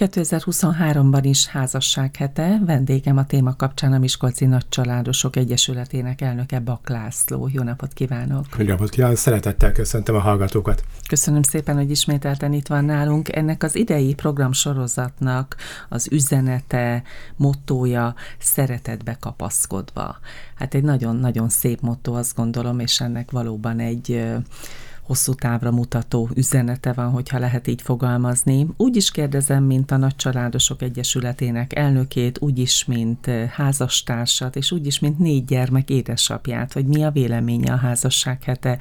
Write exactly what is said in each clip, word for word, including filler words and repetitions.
kétezer-huszonháromban is házassághete, vendégem a téma kapcsán a Miskolci Nagycsaládosok Egyesületének elnöke, Bak László. Jó napot kívánok! Jó napot kívánok! Szeretettel köszöntöm a hallgatókat! Köszönöm szépen, hogy ismételten itt van nálunk. Ennek az idei programsorozatnak az üzenete, mottója szeretetbe kapaszkodva. Hát egy nagyon-nagyon szép motto, azt gondolom, és ennek valóban egy hosszú távra mutató üzenete van, hogyha lehet így fogalmazni. Úgy is kérdezem, mint a Nagycsaládosok Egyesületének elnökét, úgy is, mint házastársat, és úgy is, mint négy gyermek édesapját, hogy mi a véleménye a házassághete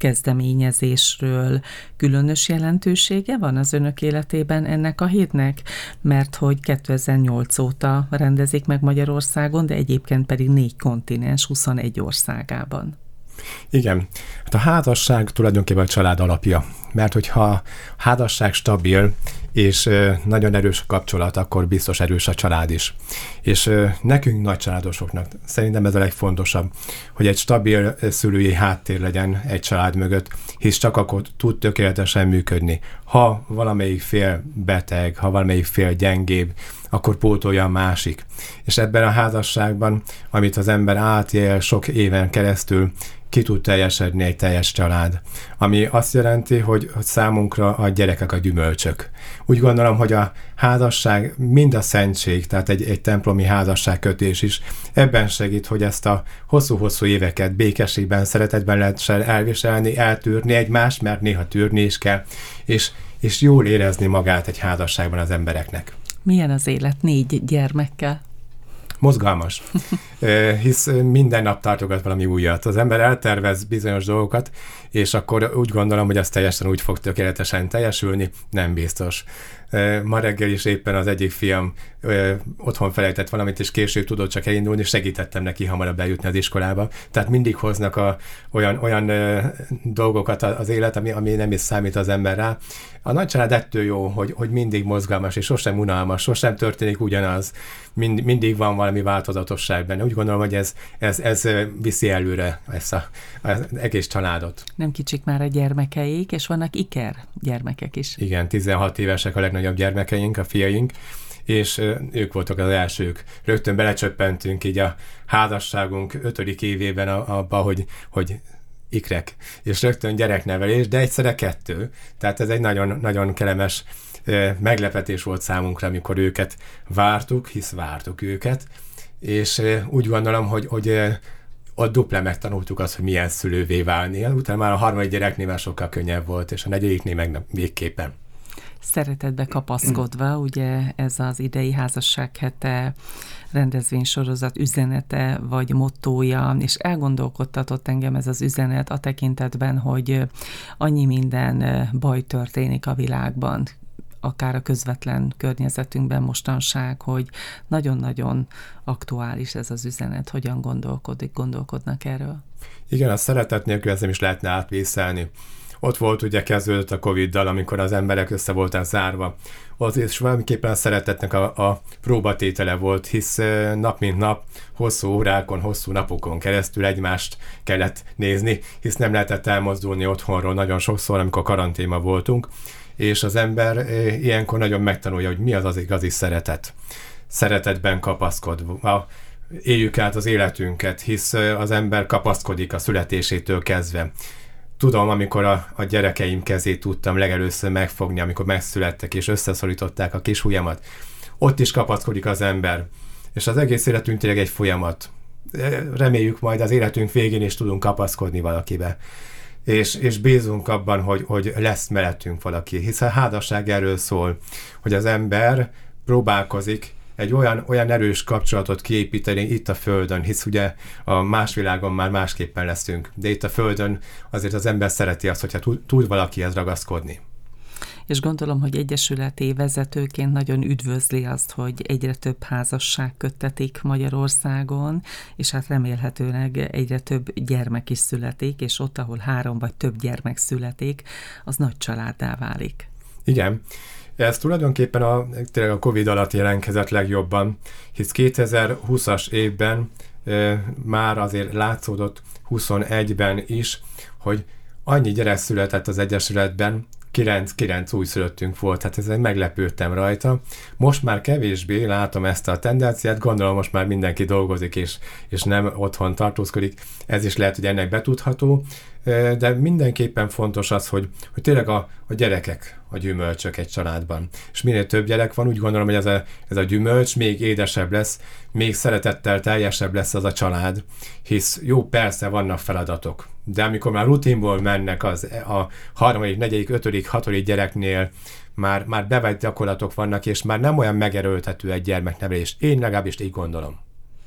kezdeményezésről. Különös jelentősége van az önök életében ennek a hétnek, mert hogy kétezer-nyolc óta rendezik meg Magyarországon, de egyébként pedig négy kontinens, huszonegy országában. Igen, hát a házasság tulajdonképpen a család alapja, mert hogyha a házasság stabil, és nagyon erős a kapcsolat, akkor biztos erős a család is. És nekünk nagycsaládosoknak szerintem ez a legfontosabb, hogy egy stabil szülői háttér legyen egy család mögött, hisz csak akkor tud tökéletesen működni. Ha valamelyik fél beteg, ha valamelyik fél gyengébb, akkor pótolja a másik. És ebben a házasságban, amit az ember átél sok éven keresztül, ki tud teljesedni egy teljes család. Ami azt jelenti, hogy, hogy számunkra a gyerekek a gyümölcsök. Úgy gondolom, hogy a házasság mind a szentség, tehát egy, egy templomi házasságkötés is ebben segít, hogy ezt a hosszú-hosszú éveket békességben, szeretetben lehet elviselni, eltűrni egymást, mert néha tűrni is kell, és, és jól érezni magát egy házasságban az embereknek. Milyen az élet négy gyermekkel? Mozgalmas, hisz minden nap tartogat valami újat. Az ember eltervez bizonyos dolgokat, és akkor úgy gondolom, hogy az teljesen úgy fog tökéletesen teljesülni, nem biztos. Ma reggel is éppen az egyik fiam otthon felejtett valamit, és később tudott csak elindulni, segítettem neki hamarabb eljutni az iskolába. Tehát mindig hoznak a, olyan, olyan ö, dolgokat az élet, ami, ami nem is számít az ember rá. A nagycsalád ettől jó, hogy, hogy mindig mozgalmas, és sosem unalmas, sosem történik ugyanaz. Mind, mindig van valami változatosság benne. Úgy gondolom, hogy ez, ez, ez viszi előre ezt a, az egész családot. Nem kicsik már a gyermekeik, és vannak iker gyermekek is. Igen, tizenhat évesek a legnagyobb gyermekeink, a fiaink, és ők voltak az elsők. Rögtön belecsöppentünk így a házasságunk ötödik évében abba, hogy, hogy ikrek, és rögtön gyereknevelés, de egyszerre kettő. Tehát ez egy nagyon, nagyon kellemes meglepetés volt számunkra, amikor őket vártuk, hisz vártuk őket, és úgy gondolom, hogy, hogy ott duplán megtanultuk azt, hogy milyen szülővé válni. Utána már a harmadik gyereknél már sokkal könnyebb volt, és a negyediknél meg végképpen. Szeretetbe kapaszkodva, ugye ez az idei házassághete rendezvénysorozat üzenete vagy mottója, és elgondolkodtatott engem ez az üzenet a tekintetben, hogy annyi minden baj történik a világban, akár a közvetlen környezetünkben mostanság, hogy nagyon-nagyon aktuális ez az üzenet. Hogyan gondolkodik, gondolkodnak erről? Igen, a szeretet nélkül ezt nem is lehetne átvészelni. Ott volt ugye kezdődött a Coviddal, amikor az emberek össze voltak zárva. Az is valamiképpen a szeretetnek a, a próbatétele volt, hisz nap mint nap, hosszú órákon, hosszú napokon keresztül egymást kellett nézni, hisz nem lehetett elmozdulni otthonról nagyon sokszor, amikor karanténban voltunk, és az ember ilyenkor nagyon megtanulja, hogy mi az az igazi szeretet. Szeretetben kapaszkodva. Éljük át az életünket, hisz az ember kapaszkodik a születésétől kezdve. Tudom, amikor a, a gyerekeim kezét tudtam legelőször megfogni, amikor megszülettek és összeszorították a kis ujjamat, ott is kapaszkodik az ember. És az egész életünk tényleg egy folyamat. Reméljük majd az életünk végén is tudunk kapaszkodni valakibe. És, és bízunk abban, hogy, hogy lesz mellettünk valaki. Hiszen a házasság erről szól, hogy az ember próbálkozik egy olyan, olyan erős kapcsolatot kiépíteni itt a Földön, hisz ugye a más világon már másképpen leszünk, de itt a Földön azért az ember szereti azt, hogyha tud, tud valakihez ragaszkodni. És gondolom, hogy egyesületi vezetőként nagyon üdvözli azt, hogy egyre több házasság köttetik Magyarországon, és hát remélhetőleg egyre több gyermek is születik, és ott, ahol három vagy több gyermek születik, az nagy családdá válik. Igen. Ez tulajdonképpen a, tényleg a Covid alatt jelentkezett legjobban, hisz kétezer-húszas évben e, már azért látszódott huszonegyben is, hogy annyi gyerek született az Egyesületben, kilenc újszülöttünk volt, hát ezen meglepődtem rajta. Most már kevésbé látom ezt a tendenciát, gondolom most már mindenki dolgozik, és, és nem otthon tartózkodik. Ez is lehet, hogy ennek betudható, de mindenképpen fontos az, hogy, hogy tényleg a, a gyerekek a gyümölcsök egy családban. És minél több gyerek van, úgy gondolom, hogy ez a, ez a gyümölcs még édesebb lesz, még szeretettel teljesebb lesz az a család, hisz jó, persze vannak feladatok, de amikor már rutinból mennek az a harmadik, negyedik, ötödik, hatodik gyereknél, már, már bevált gyakorlatok vannak, és már nem olyan megerőltető egy gyermeknevelés. Én legalábbis így gondolom.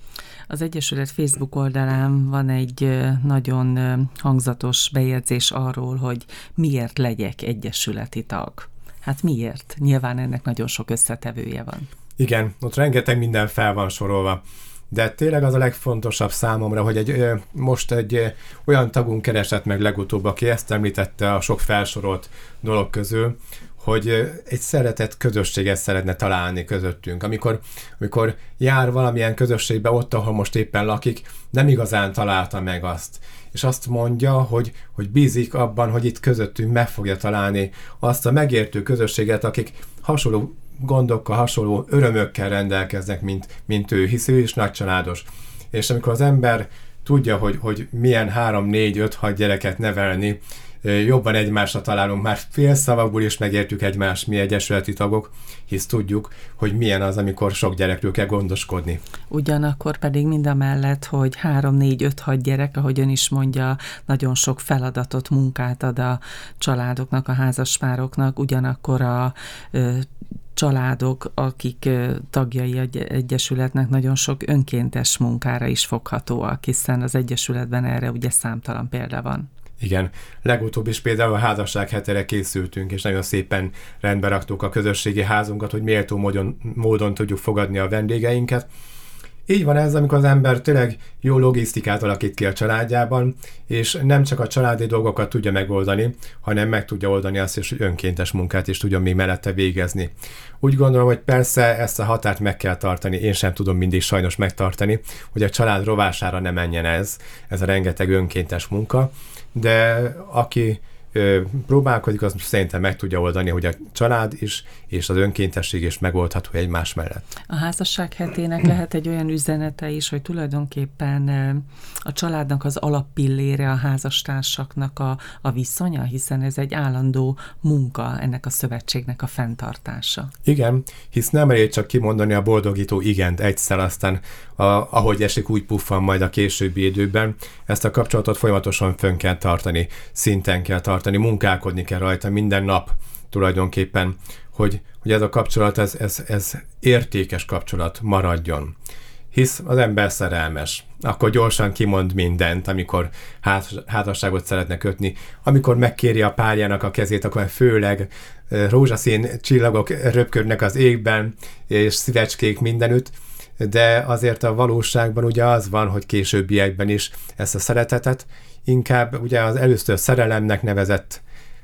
Az Egyesület Facebook oldalán van egy nagyon hangzatos bejegyzés arról, hogy miért legyek egyesületi tag. Hát miért? Nyilván ennek nagyon sok összetevője van. Igen, ott rengeteg minden fel van sorolva. De tényleg az a legfontosabb számomra, hogy egy, most egy olyan tagunk keresett meg legutóbb, aki ezt említette a sok felsorolt dolog közül, hogy egy szeretett közösséget szeretne találni közöttünk. Amikor, amikor jár valamilyen közösségbe ott, ahol most éppen lakik, nem igazán találta meg azt. És azt mondja, hogy, hogy bízik abban, hogy itt közöttünk meg fogja találni azt a megértő közösséget, akik hasonló gondokkal, hasonló örömökkel rendelkeznek, mint, mint ő, hisz ő is nagycsaládos. És amikor az ember tudja, hogy, hogy milyen három, négy, öt, hat gyereket nevelni, jobban egymásra találunk, már fél szavakból is megértjük egymást, mi egyesületi tagok, hisz tudjuk, hogy milyen az, amikor sok gyerekről kell gondoskodni. Ugyanakkor pedig mindamellett, hogy három, négy, öt, hat gyerek, ahogy ön is mondja, nagyon sok feladatot, munkát ad a családoknak, a házaspároknak, ugyanakkor a ö, családok, akik tagjai egy egyesületnek, nagyon sok önkéntes munkára is foghatóak, hiszen az egyesületben erre ugye számtalan példa van. Igen, legutóbb is például a házasság hetére készültünk, és nagyon szépen rendbe raktuk a közösségi házunkat, hogy méltó módon, módon tudjuk fogadni a vendégeinket. Így van ez, amikor az ember tényleg jó logisztikát alakít ki a családjában, és nem csak a családi dolgokat tudja megoldani, hanem meg tudja oldani azt is, hogy önkéntes munkát is tudjon még mellette végezni. Úgy gondolom, hogy persze ezt a határt meg kell tartani, én sem tudom mindig sajnos megtartani, hogy a család rovására ne menjen ez, ez a rengeteg önkéntes munka, de aki ö, próbálkozik, az szerintem meg tudja oldani, hogy a család is és az önkéntesség is megoldható egymás mellett. A házasság hetének lehet egy olyan üzenete is, hogy tulajdonképpen a családnak az alappillére, a házastársaknak a, a viszonya, hiszen ez egy állandó munka ennek a szövetségnek a fenntartása. Igen, hisz nem elég csak kimondani a boldogító igent egyszer, aztán a, ahogy esik, úgy puffan majd a későbbi időben. Ezt a kapcsolatot folyamatosan fönn kell tartani, szinten kell tartani, munkálkodni kell rajta minden nap tulajdonképpen, hogy, hogy ez a kapcsolat, ez, ez, ez értékes kapcsolat maradjon. Hisz az ember szerelmes, akkor gyorsan kimond mindent, amikor házasságot szeretne kötni. Amikor megkéri a párjának a kezét, akkor főleg rózsaszín csillagok röpködnek az égben, és szívecskék mindenütt, de azért a valóságban ugye az van, hogy későbbiekben is ezt a szeretetet inkább ugye az először szerelemnek nevezett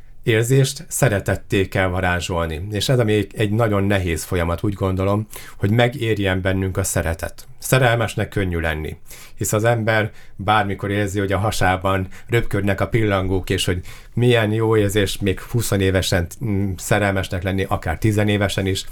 érzést szeretetté kell varázsolni. És ez ami egy nagyon nehéz folyamat, úgy gondolom, hogy megérjen bennünk a szeretet. Szerelmesnek könnyű lenni, hisz az ember bármikor érzi, hogy a hasában röpködnek a pillangók, és hogy milyen jó érzés még húsz évesen szerelmesnek lenni, akár tizenévesen is,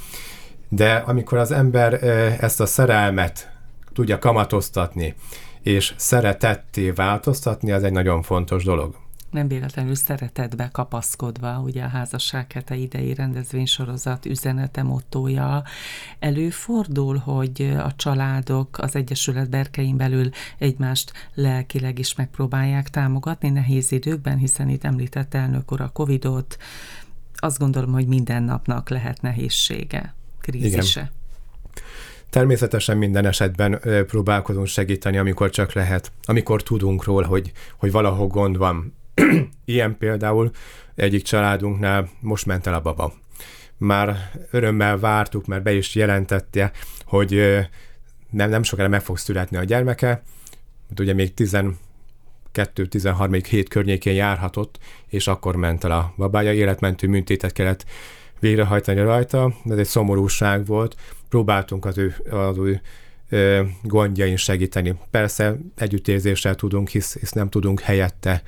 de amikor az ember ezt a szerelmet tudja kamatoztatni, és szeretetté változtatni, az egy nagyon fontos dolog. Nem véletlenül szeretetbe kapaszkodva, ugye a házasság hete idei rendezvénysorozat üzenete, mottója. Előfordul, hogy a családok az Egyesület berkein belül egymást lelkileg is megpróbálják támogatni nehéz időkben, hiszen itt említett elnök úr a Covidot. Azt gondolom, hogy minden napnak lehet nehézsége, krízise. Igen. Természetesen minden esetben próbálkozunk segíteni, amikor csak lehet, amikor tudunk róla, hogy, hogy valahol gond van. Ilyen például egyik családunknál most ment el a baba. Már örömmel vártuk, mert be is jelentette, hogy nem, nem sokára meg fog születni a gyermeke, ugye még tizenkettő-tizenhárom hét környékén járhatott, és akkor ment el a babája, életmentő műtétet kellett végrehajtani rajta, ez egy szomorúság volt, próbáltunk az ő, az ő ö, gondjain segíteni. Persze együttérzéssel tudunk, hisz, hisz nem tudunk helyette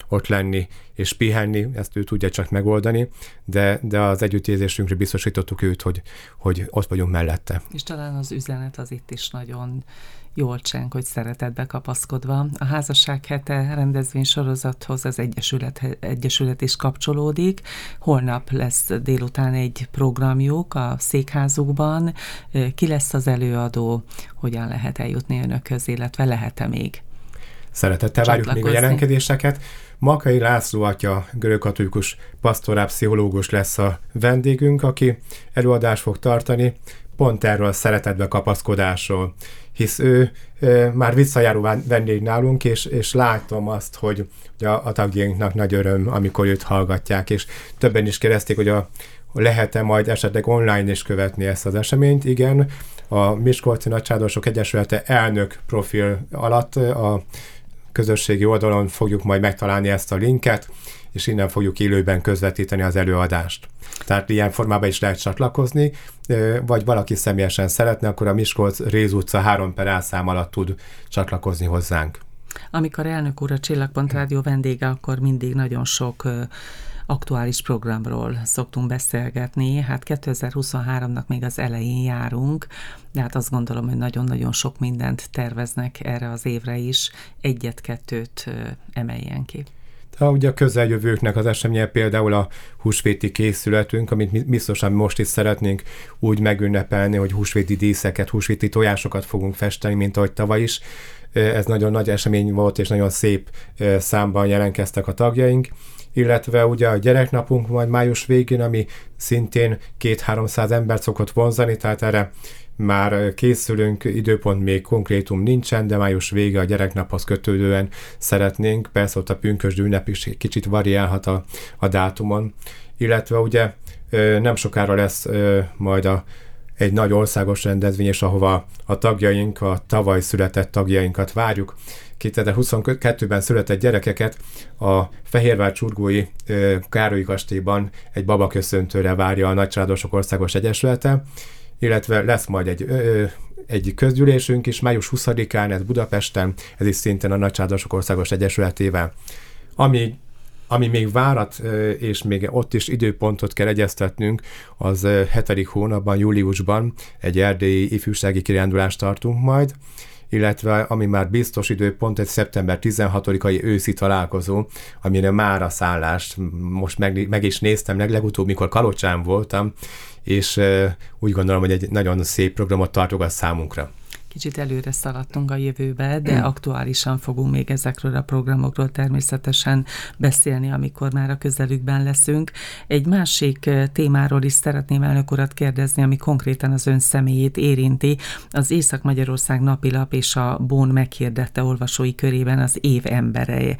ott lenni és pihenni, ezt ő tudja csak megoldani, de, de az együttérzésünkre biztosítottuk őt, hogy, hogy ott vagyunk mellette. És talán az üzenet az itt is nagyon jól cseng, hogy szeretetbe kapaszkodva. A Házasság hete rendezvény sorozathoz az Egyesület, Egyesület is kapcsolódik. Holnap lesz délután egy programjuk a székházukban. Ki lesz az előadó, hogyan lehet eljutni önökhöz, illetve lehet-e még? Szeretettel várjuk még a jelentkezéseket. Makai László atya, görögkatolikus pastorál pszichológus lesz a vendégünk, aki előadást fog tartani, pont erről a szeretetbe kapaszkodásról, hisz ő e, már visszajáró vendég nálunk, és, és látom azt, hogy a, a tagjainknak nagy öröm, amikor őt hallgatják, és többen is kérdezték, hogy a, lehet-e majd esetleg online is követni ezt az eseményt. Igen, a Miskolci Nagysárdosok Egyesülete elnök profil alatt a közösségi oldalon fogjuk majd megtalálni ezt a linket, és innen fogjuk élőben közvetíteni az előadást. Tehát ilyen formában is lehet csatlakozni, vagy valaki személyesen szeretne, akkor a Miskolc Réz utca három per A szám alatt tud csatlakozni hozzánk. Amikor elnök úr a Csillagpont Rádió vendége, akkor mindig nagyon sok aktuális programról szoktunk beszélgetni. Hát kétezer-huszonháromnak még az elején járunk, de hát azt gondolom, hogy nagyon-nagyon sok mindent terveznek erre az évre is. Egyet-kettőt emeljen ki. Ha ugye a közeljövőknek az eseménye például a húsvéti készületünk, amit biztosan most is szeretnénk úgy megünnepelni, hogy húsvéti díszeket, húsvéti tojásokat fogunk festeni, mint ahogy tavaly is. Ez nagyon nagy esemény volt, és nagyon szép számban jelentkeztek a tagjaink, illetve ugye a gyereknapunk majd május végén, ami szintén két-háromszáz embert szokott vonzani, tehát erre már készülünk, időpont még konkrétum nincsen, de május vége a gyereknaphoz kötődően szeretnénk, persze ott a pünkösdi ünnep is kicsit variálhat a, a dátumon, illetve ugye nem sokára lesz majd a, egy nagy országos rendezvény, és ahova a tagjaink, a tavaly született tagjainkat várjuk. kétezer-huszonkettőben született gyerekeket a Fehérvár Csurgói Károlyi kastélyban egy babaköszöntőre várja a Nagysárdosok Országos Egyesülete, illetve lesz majd egy, ö, egy közgyűlésünk is május huszadikán, ez Budapesten, ez is szintén a Nagysárdosok Országos Egyesületével. Ami, ami még várat, és még ott is időpontot kell egyeztetnünk, az hetedik hónapban, júliusban egy erdélyi ifjúsági kirándulást tartunk majd, illetve ami már biztos időpont, egy szeptember tizenhatodikai őszi találkozó, amire már a szállást most meg, meg is néztem, legutóbb, mikor Kalocsán voltam, és uh, úgy gondolom, hogy egy nagyon szép programot tartogat számunkra. Kicsit előre szaladtunk a jövőbe, de aktuálisan fogunk még ezekről a programokról természetesen beszélni, amikor már a közelükben leszünk. Egy másik témáról is szeretném elnök urat kérdezni, ami konkrétan az ön személyét érinti. Az Észak-Magyarország napilap és a Bón meghirdette olvasói körében az év embere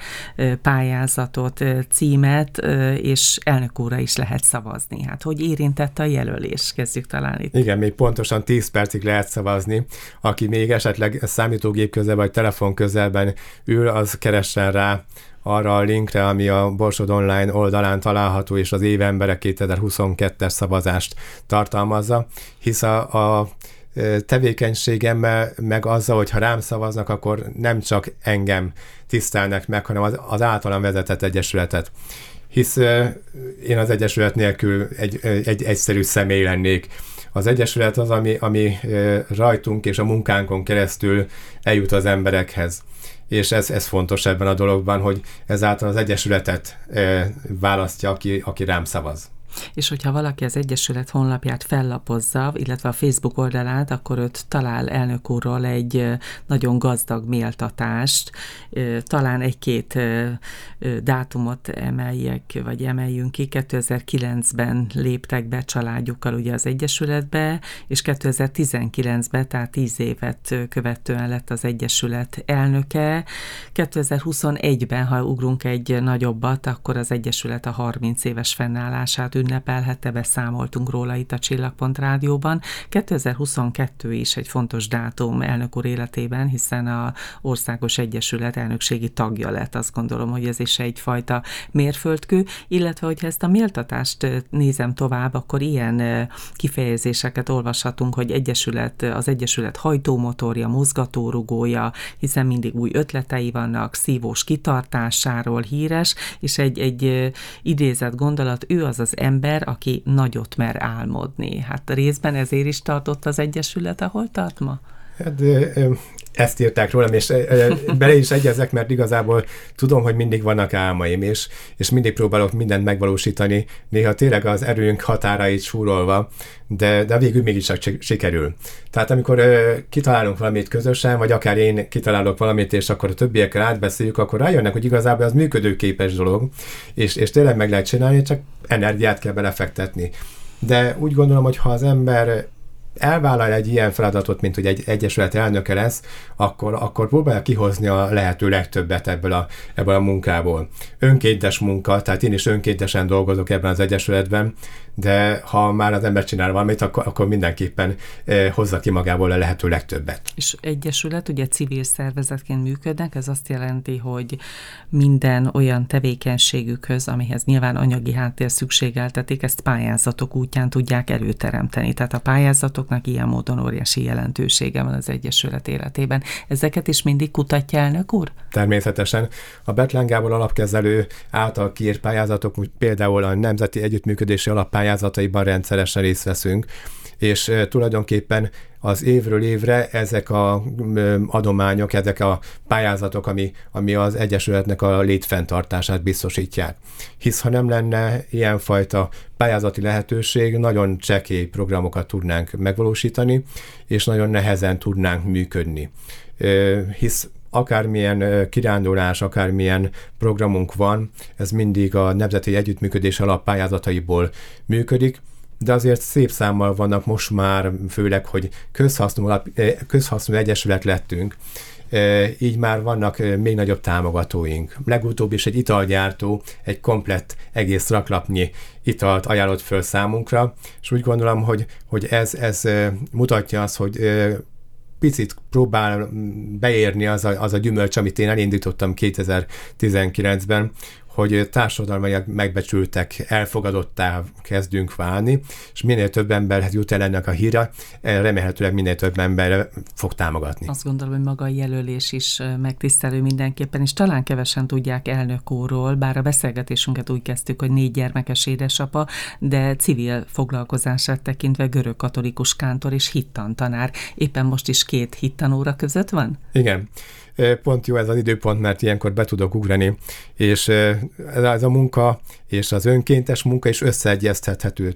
pályázatot, címet, és elnök úrra is lehet szavazni. Hát hogy érintette a jelölés? Kezdjük talán itt. Igen, még pontosan tíz percig lehet szavazni. Aki még esetleg számítógép közel vagy telefon közelben ül, az keressen rá arra a linkre, ami a Borsod Online oldalán található, és az évembere kétezer-huszonkettes szavazást tartalmazza, hisz a, a tevékenységemmel, meg azzal, hogy ha rám szavaznak, akkor nem csak engem tisztelnek meg, hanem az, az általam vezetett egyesületet. Hisz én az egyesület nélkül egy, egy egyszerű személy lennék. Az egyesület az, ami, ami rajtunk és a munkánkon keresztül eljut az emberekhez. És ez, ez fontos ebben a dologban, hogy ezáltal az egyesületet választja, aki, aki rám szavaz. És hogyha valaki az Egyesület honlapját fellapozza, illetve a Facebook oldalát, akkor őt talál elnök úrról egy nagyon gazdag méltatást, talán egy-két dátumot emeljek, vagy emeljünk ki. kétezer-kilencben léptek be családjukkal ugye az Egyesületbe, és kétezer-tizenkilencben, tehát tíz évet követően lett az Egyesület elnöke. kétezer-huszonegyben, ha ugrunk egy nagyobbat, akkor az Egyesület a harminc éves fennállását ünnepelhette, beszámoltunk róla itt a Csillagpont Rádióban. kétezer-huszonkettő is egy fontos dátum elnök úr életében, hiszen a Országos Egyesület elnökségi tagja lett. Azt gondolom, hogy ez is egyfajta mérföldkő, illetve hogyha ezt a méltatást nézem tovább, akkor ilyen kifejezéseket olvashatunk, hogy egyesület, az egyesület hajtómotorja, mozgatórugója, hiszen mindig új ötletei vannak, szívós kitartásáról híres, és egy, egy idézett gondolat, ő az az ember, aki nagyot mer álmodni. Hát részben ezért is tartott az egyesület, ahol tart ma? Hát, ezt írták rólam, és bele is egyezek, mert igazából tudom, hogy mindig vannak álmaim, és, és mindig próbálok mindent megvalósítani, néha tényleg az erőnk határait súrolva, de, de végül mégis csak sikerül. Tehát amikor ö, kitalálunk valamit közösen, vagy akár én kitalálok valamit, és akkor a többiekkel átbeszéljük, akkor rájönnek, hogy igazából az működőképes dolog, és, és tényleg meg lehet csinálni, csak energiát kell belefektetni. De úgy gondolom, hogy ha az ember elvállal egy ilyen feladatot, mint hogy egy egyesület elnöke lesz, akkor, akkor próbálja kihozni a lehető legtöbbet ebből a, ebből a munkából. Önkéntes munka, tehát én is önkéntesen dolgozok ebben az egyesületben, de ha már az ember csinál valamit, akkor, akkor mindenképpen eh, hozza ki magából a lehető legtöbbet. És egyesület, ugye civil szervezetként működnek, ez azt jelenti, hogy minden olyan tevékenységükhöz, amihez nyilván anyagi háttér szükségeltetik, ezt pályázatok útján tudják előteremteni. Tehát a pályázatoknak ilyen módon óriási jelentősége van az egyesület életében. Ezeket is mindig kutatja elnök úr? Természetesen. A Bethlen Gábor alapkezelő által kiírt pályázatok, például a Nemzeti Együttműködési Alappályázataiban rendszeresen részt veszünk, és e, tulajdonképpen az évről évre ezek az adományok, ezek a pályázatok, ami, ami az egyesületnek a létfenntartását biztosítják. Hisz ha nem lenne ilyenfajta pályázati lehetőség, nagyon csekély programokat tudnánk megvalósítani, és nagyon nehezen tudnánk működni. E, hisz akármilyen kirándulás, akármilyen programunk van, ez mindig a Nemzeti Együttműködés Alappályázataiból működik, de azért szép számmal vannak most már, főleg, hogy közhasznú, alap, közhasznú egyesület lettünk, így már vannak még nagyobb támogatóink. Legutóbb is egy italgyártó egy komplett egész raklapnyi italt ajánlott föl számunkra, és úgy gondolom, hogy, hogy ez, ez mutatja azt, hogy picit próbál beérni az a, az a gyümölcs, amit én elindítottam kétezer-tizenkilencben, hogy társadalmilag megbecsültek, elfogadottá kezdünk válni, és minél több emberhez jut el ennek a híre, remélhetőleg minél több ember fog támogatni. Azt gondolom, hogy maga a jelölés is megtisztelő mindenképpen, és talán kevesen tudják elnök úrról, bár a beszélgetésünket úgy kezdtük, hogy négy gyermekes édesapa, de civil foglalkozását tekintve görög-katolikus kántor és hittantanár. Éppen most is két hittanóra között van? Igen. Pont jó ez az időpont, mert ilyenkor be tudok ugrani, és ez a munka és az önkéntes munka is összeegyeztethető.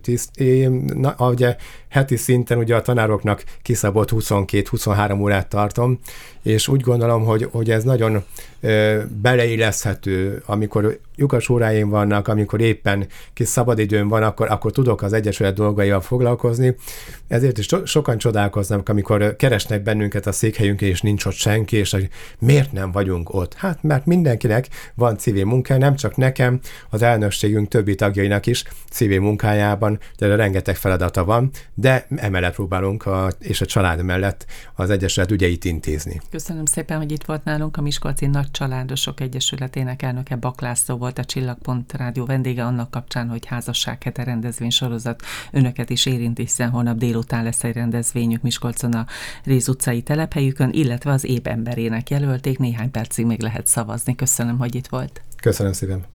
Na, ugye heti szinten ugye a tanároknak kiszabott huszonkét-huszonhárom órát tartom, és úgy gondolom, hogy, hogy ez nagyon ö, beleilleszthető, amikor lyukas óráim vannak, amikor éppen kis szabadidőm van, akkor, akkor tudok az egyesület dolgaival foglalkozni. Ezért is sokan csodálkoznak, amikor keresnek bennünket a székhelyünkön, és nincs ott senki, és hogy miért nem vagyunk ott? Hát, mert mindenkinek van civil munkája, nem csak nekem, az elnökségünk többi tagjainak is civil munkájában, de rengeteg feladata van, de emellett próbálunk, a, és a család mellett az egyesület ügyeit intézni. Köszönöm szépen, hogy itt volt nálunk a Miskolci Nagy Családosok Egyesületének elnöke, Bak László volt a Csillagpont Rádió vendége annak kapcsán, hogy házassághete rendezvénysorozat önöket is érinti, hiszen holnap délután lesz egy rendezvényük Miskolcon a Réz utcai telephelyükön, illetve az év emberének jelölték, néhány percig még lehet szavazni. Köszönöm, hogy itt volt. Köszönöm szépen.